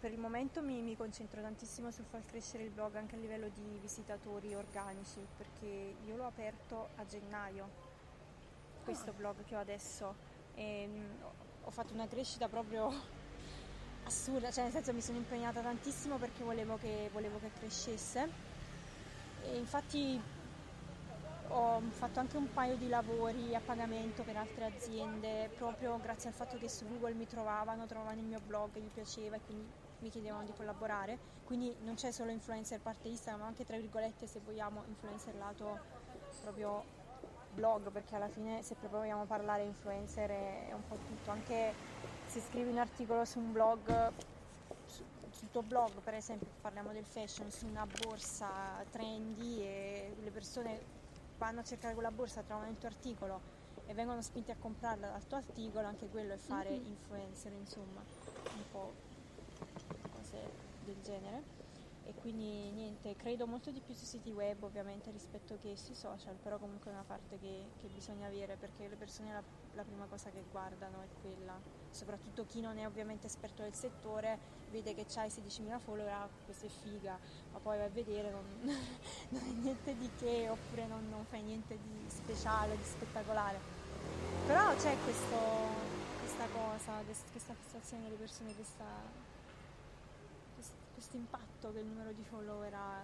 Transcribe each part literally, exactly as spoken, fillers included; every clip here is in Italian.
per il momento mi, mi concentro tantissimo sul far crescere il blog anche a livello di visitatori organici, perché io l'ho aperto a gennaio, questo Ah. blog che ho adesso, e mh, ho fatto una crescita proprio assurda, cioè nel senso mi sono impegnata tantissimo perché volevo che, volevo che crescesse, e infatti ho fatto anche un paio di lavori a pagamento per altre aziende proprio grazie al fatto che su Google mi trovavano, trovavano il mio blog, gli piaceva e quindi mi chiedevano di collaborare. Quindi non c'è solo influencer parte Instagram, ma anche tra virgolette, se vogliamo, influencer lato proprio blog, perché alla fine se proprio vogliamo parlare influencer è un po' tutto. Anche se scrivi un articolo su un blog, su, sul tuo blog per esempio, parliamo del fashion, su una borsa trendy e le persone vanno a cercare quella borsa, trovano il tuo articolo e vengono spinti a comprarla dal tuo articolo, anche quello è fare Mm-hmm. influencer, insomma, un po' cose del genere. E quindi niente, credo molto di più sui siti web ovviamente rispetto che sui social, però comunque è una parte che, che bisogna avere, perché le persone la, la prima cosa che guardano è quella, soprattutto chi non è ovviamente esperto del settore, vede che c'hai sedicimila follower, ah, questa è figa, ma poi vai a vedere non, non è niente di che, oppure non, non fai niente di speciale, di spettacolare. Però c'è questo, questa cosa, questa fissazione delle persone, questa questo impatto che il numero di follower ha,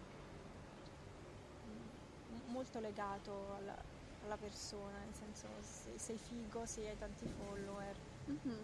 molto legato alla, alla persona, nel senso se sei figo, se hai tanti follower. Mm-hmm.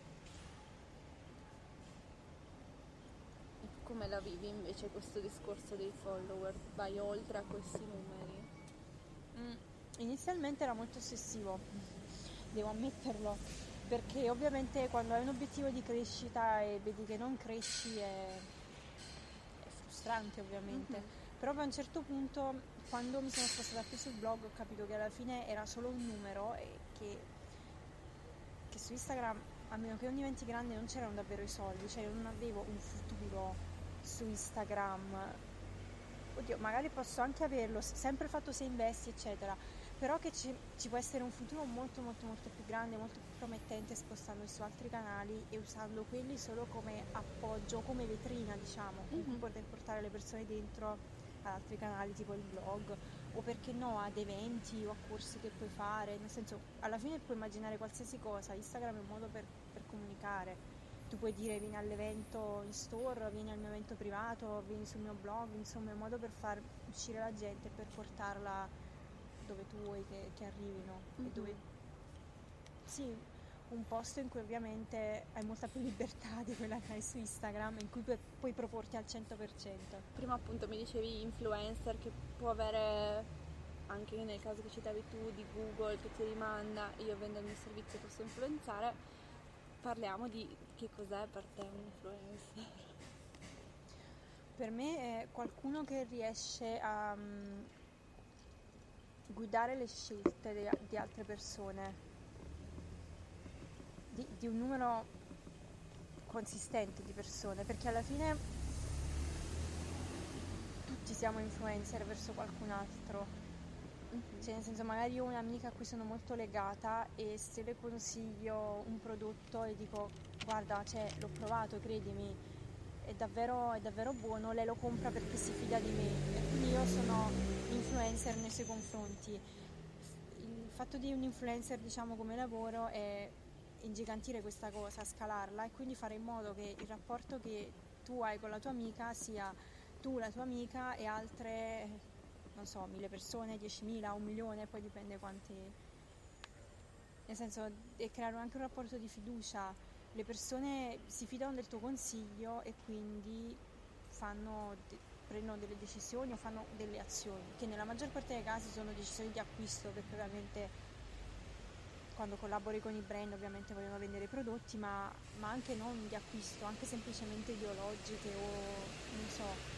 E come la vivi invece questo discorso dei follower? Vai oltre a questi numeri? Mm. Inizialmente era molto ossessivo, devo ammetterlo, perché ovviamente quando hai un obiettivo di crescita e vedi che non cresci è, è frustrante ovviamente, Mm-hmm. però poi a un certo punto quando mi sono spostata più sul blog ho capito che alla fine era solo un numero e che, che su Instagram, a meno che non diventi grande, non c'erano davvero i soldi, cioè io non avevo un futuro su Instagram. Oddio, magari posso anche averlo, sempre fatto se investi eccetera, però che ci, ci può essere un futuro molto molto molto più grande, molto più promettente spostandosi su altri canali e usando quelli solo come appoggio, come vetrina, diciamo, con cui Mm-hmm. poter portare le persone dentro ad altri canali tipo il blog, o perché no ad eventi o a corsi che puoi fare, nel senso alla fine puoi immaginare qualsiasi cosa, Instagram è un modo per, per comunicare. Tu puoi dire vieni all'evento in store, vieni al mio evento privato, vieni sul mio blog, insomma è un modo per far uscire la gente, per portarla dove tu vuoi che, che arrivino. Mm-hmm. E dove sì, un posto in cui ovviamente hai molta più libertà di quella che hai su Instagram, in cui puoi, puoi proporti al cento per cento. Prima appunto mi dicevi influencer che può avere, anche nel caso che citavi tu, di Google che ti rimanda, io vendo il mio servizio posso influenzare. Parliamo di che cos'è per te un influencer. Per me è qualcuno che riesce a um, guidare le scelte di, di altre persone, di, di un numero consistente di persone, perché alla fine tutti siamo influencer verso qualcun altro. Mm-hmm. Cioè nel senso magari io ho un'amica a cui sono molto legata e se le consiglio un prodotto e dico guarda, cioè, l'ho provato, credimi, è davvero, è davvero buono, lei lo compra perché si fida di me e quindi io sono influencer nei suoi confronti. Il fatto di un influencer, diciamo, come lavoro è ingigantire questa cosa, scalarla e quindi fare in modo che il rapporto che tu hai con la tua amica sia tu, la tua amica e altre, non so, mille persone, diecimila, un milione, poi dipende quanti, nel senso, è creare anche un rapporto di fiducia. Le persone si fidano del tuo consiglio e quindi fanno de- prendono delle decisioni o fanno delle azioni che nella maggior parte dei casi sono decisioni di acquisto, perché ovviamente quando collabori con i brand ovviamente vogliono vendere i prodotti, ma, ma anche non di acquisto, anche semplicemente ideologiche o non so.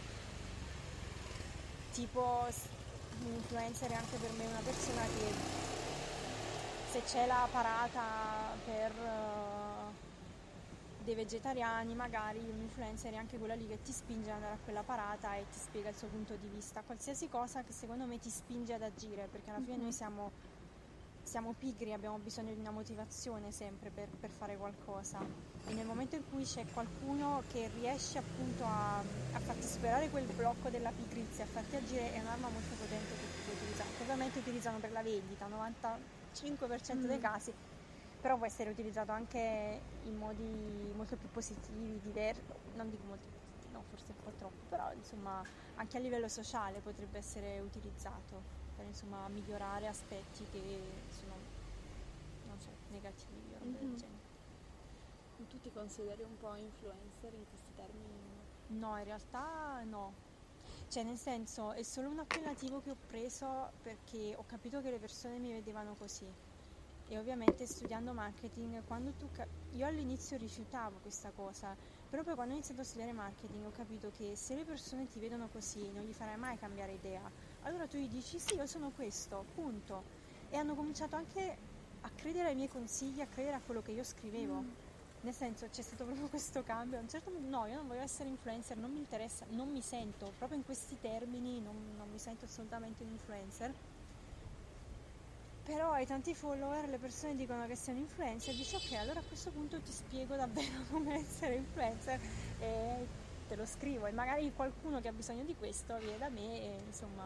Tipo un influencer è anche per me una persona che se c'è la parata per uh, dei vegetariani, magari un influencer è anche quella lì che ti spinge ad andare a quella parata e ti spiega il suo punto di vista, qualsiasi cosa che secondo me ti spinge ad agire, perché alla fine Mm-hmm. noi siamo siamo pigri, abbiamo bisogno di una motivazione sempre per, per fare qualcosa, e nel momento in cui c'è qualcuno che riesce appunto a, a farti superare quel blocco della pigrizia, a farti agire, è un'arma molto potente che puoi utilizzare, che ovviamente utilizzano per la vendita, novantacinque per cento mm. dei casi, però può essere utilizzato anche in modi molto più positivi, diversi, non dico molto positivi, no, forse un po' troppo, però insomma anche a livello sociale potrebbe essere utilizzato per insomma migliorare aspetti che sono, non so, negativi o roba del Mm-hmm. genere. Tu ti consideri un po' influencer in questi termini? No, in realtà no. Cioè, nel senso, è solo un appellativo che ho preso perché ho capito che le persone mi vedevano così. E ovviamente studiando marketing, quando tu ca- io all'inizio rifiutavo questa cosa, però poi quando ho iniziato a studiare marketing ho capito che se le persone ti vedono così non gli farai mai cambiare idea. Allora tu gli dici sì, io sono questo, punto. E hanno cominciato anche a credere ai miei consigli, a credere a quello che io scrivevo. Mm. Nel senso, c'è stato proprio questo cambio. A un certo punto, no, io non voglio essere influencer, non mi interessa, non mi sento, proprio in questi termini, non, non mi sento assolutamente un influencer. Però hai tanti follower, le persone dicono che sei un influencer, dici ok, allora a questo punto ti spiego davvero come essere influencer e te lo scrivo, e magari qualcuno che ha bisogno di questo viene da me e insomma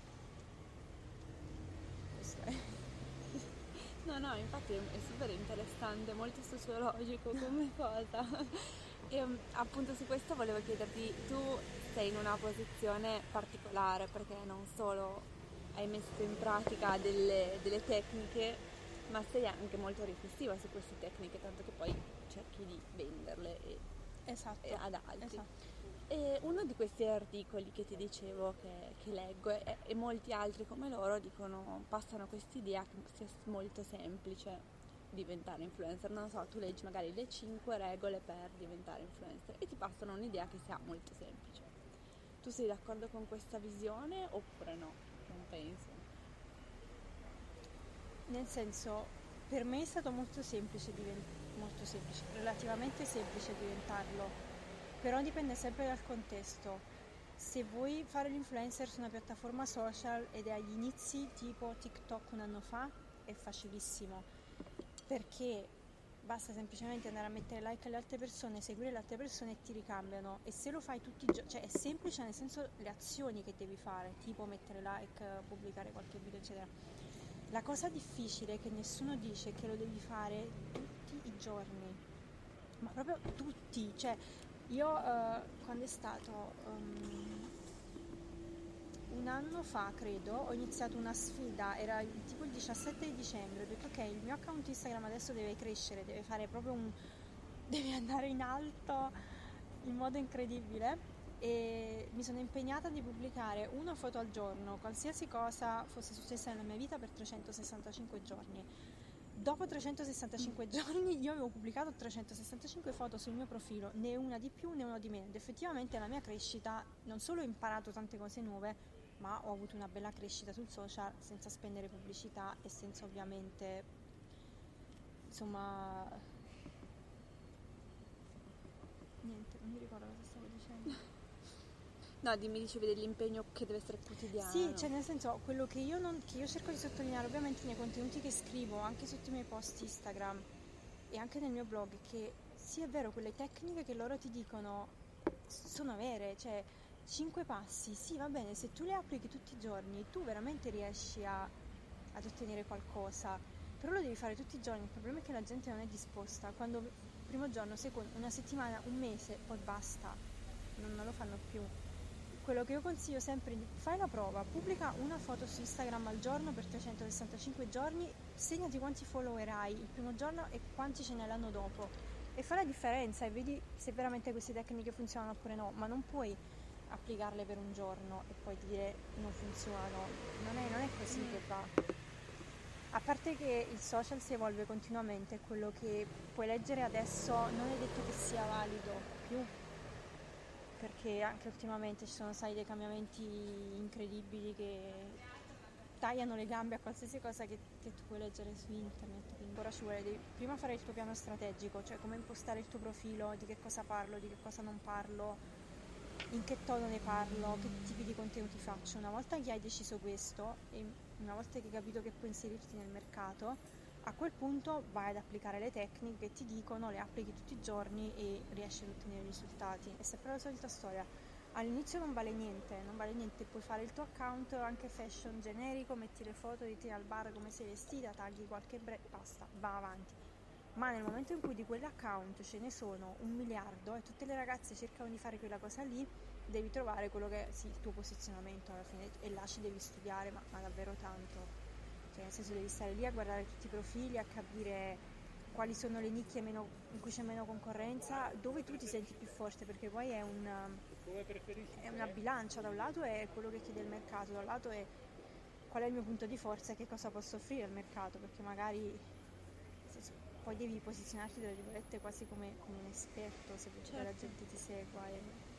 questo è. No, no, infatti è super interessante, molto sociologico come cosa. E appunto su questo volevo chiederti, tu sei in una posizione particolare perché non solo hai messo in pratica delle, delle tecniche, ma sei anche molto riflessiva su queste tecniche, tanto che poi cerchi di venderle e, esatto, e ad altri. Esatto. E uno di questi articoli che ti dicevo che, che leggo e, e molti altri come loro dicono, passano quest'idea che sia molto semplice diventare influencer. Non so, tu leggi magari le cinque regole per diventare influencer e ti passano un'idea che sia molto semplice. Tu sei d'accordo con questa visione oppure no? Non penso. Nel senso, per me è stato molto semplice divent- molto semplice, relativamente semplice diventarlo. Però dipende sempre dal contesto. Se vuoi fare l'influencer su una piattaforma social ed è agli inizi tipo TikTok un anno fa, è facilissimo, perché basta semplicemente andare a mettere like alle altre persone, seguire le altre persone e ti ricambiano. E se lo fai tutti i giorni, cioè è semplice nel senso le azioni che devi fare, tipo mettere like, pubblicare qualche video eccetera. La cosa difficile che nessuno dice è che lo devi fare tutti i giorni, ma proprio tutti, cioè io uh, quando è stato um, un anno fa credo ho iniziato una sfida, era il, tipo il diciassette di dicembre, ho detto ok, il mio account Instagram adesso deve crescere, deve fare proprio un deve andare in alto in modo incredibile, e mi sono impegnata di pubblicare una foto al giorno, qualsiasi cosa fosse successa nella mia vita per trecentosessantacinque giorni. Dopo trecentosessantacinque giorni io avevo pubblicato trecentosessantacinque foto sul mio profilo, né una di più né una di meno, ed effettivamente la mia crescita, non solo ho imparato tante cose nuove, ma ho avuto una bella crescita sul social senza spendere pubblicità e senza ovviamente, insomma, niente, non mi ricordo cosa stavo dicendo. No, dimmi, dicevi dell'impegno che deve essere quotidiano. Sì, cioè nel senso, quello che io, non, che io cerco di sottolineare ovviamente nei contenuti che scrivo, anche sotto i miei post Instagram e anche nel mio blog, che sì è vero, quelle tecniche che loro ti dicono sono vere, cioè cinque passi, sì va bene, se tu le applichi tutti i giorni tu veramente riesci a, ad ottenere qualcosa, però lo devi fare tutti i giorni. Il problema è che la gente non è disposta, quando il primo giorno, secondo, una settimana, un mese, poi basta, non, non lo fanno più. Quello che io consiglio sempre, fai la prova, pubblica una foto su Instagram al giorno per trecentosessantacinque giorni, segnati quanti follower hai il primo giorno e quanti ce n'è l'anno dopo e fai la differenza e vedi se veramente queste tecniche funzionano oppure no, ma non puoi applicarle per un giorno e poi dire non funzionano, non è, non è così che va. A parte che il social si evolve continuamente, quello che puoi leggere adesso non è detto che sia valido più, perché anche ultimamente ci sono stati dei cambiamenti incredibili che tagliano le gambe a qualsiasi cosa che, che tu puoi leggere su internet. Quindi ora ci vuole, devi prima fare il tuo piano strategico, cioè come impostare il tuo profilo, di che cosa parlo, di che cosa non parlo, in che tono ne parlo, che tipi di contenuti faccio. Una volta che hai deciso questo e una volta che hai capito che puoi inserirti nel mercato, a quel punto vai ad applicare le tecniche che ti dicono, le applichi tutti i giorni e riesci ad ottenere risultati. È sempre la solita storia. All'inizio non vale niente, non vale niente, puoi fare il tuo account anche fashion generico, metti le foto di te al bar come sei vestita, tagli qualche brand, basta, va avanti. Ma nel momento in cui di quell'account ce ne sono un miliardo e tutte le ragazze cercano di fare quella cosa lì, devi trovare quello che è sì, il tuo posizionamento alla fine, e là ci devi studiare, ma, ma davvero tanto. Cioè, nel senso, devi stare lì a guardare tutti i profili, a capire quali sono le nicchie meno, in cui c'è meno concorrenza, dove tu ti senti più forte, perché poi è, un, è una bilancia. Da un lato è quello che chiede il mercato, da un lato è qual è il mio punto di forza e che cosa posso offrire al mercato, perché magari nel senso, poi devi posizionarti tra virgolette quasi come, come un esperto, se vuoi che la gente ti segua e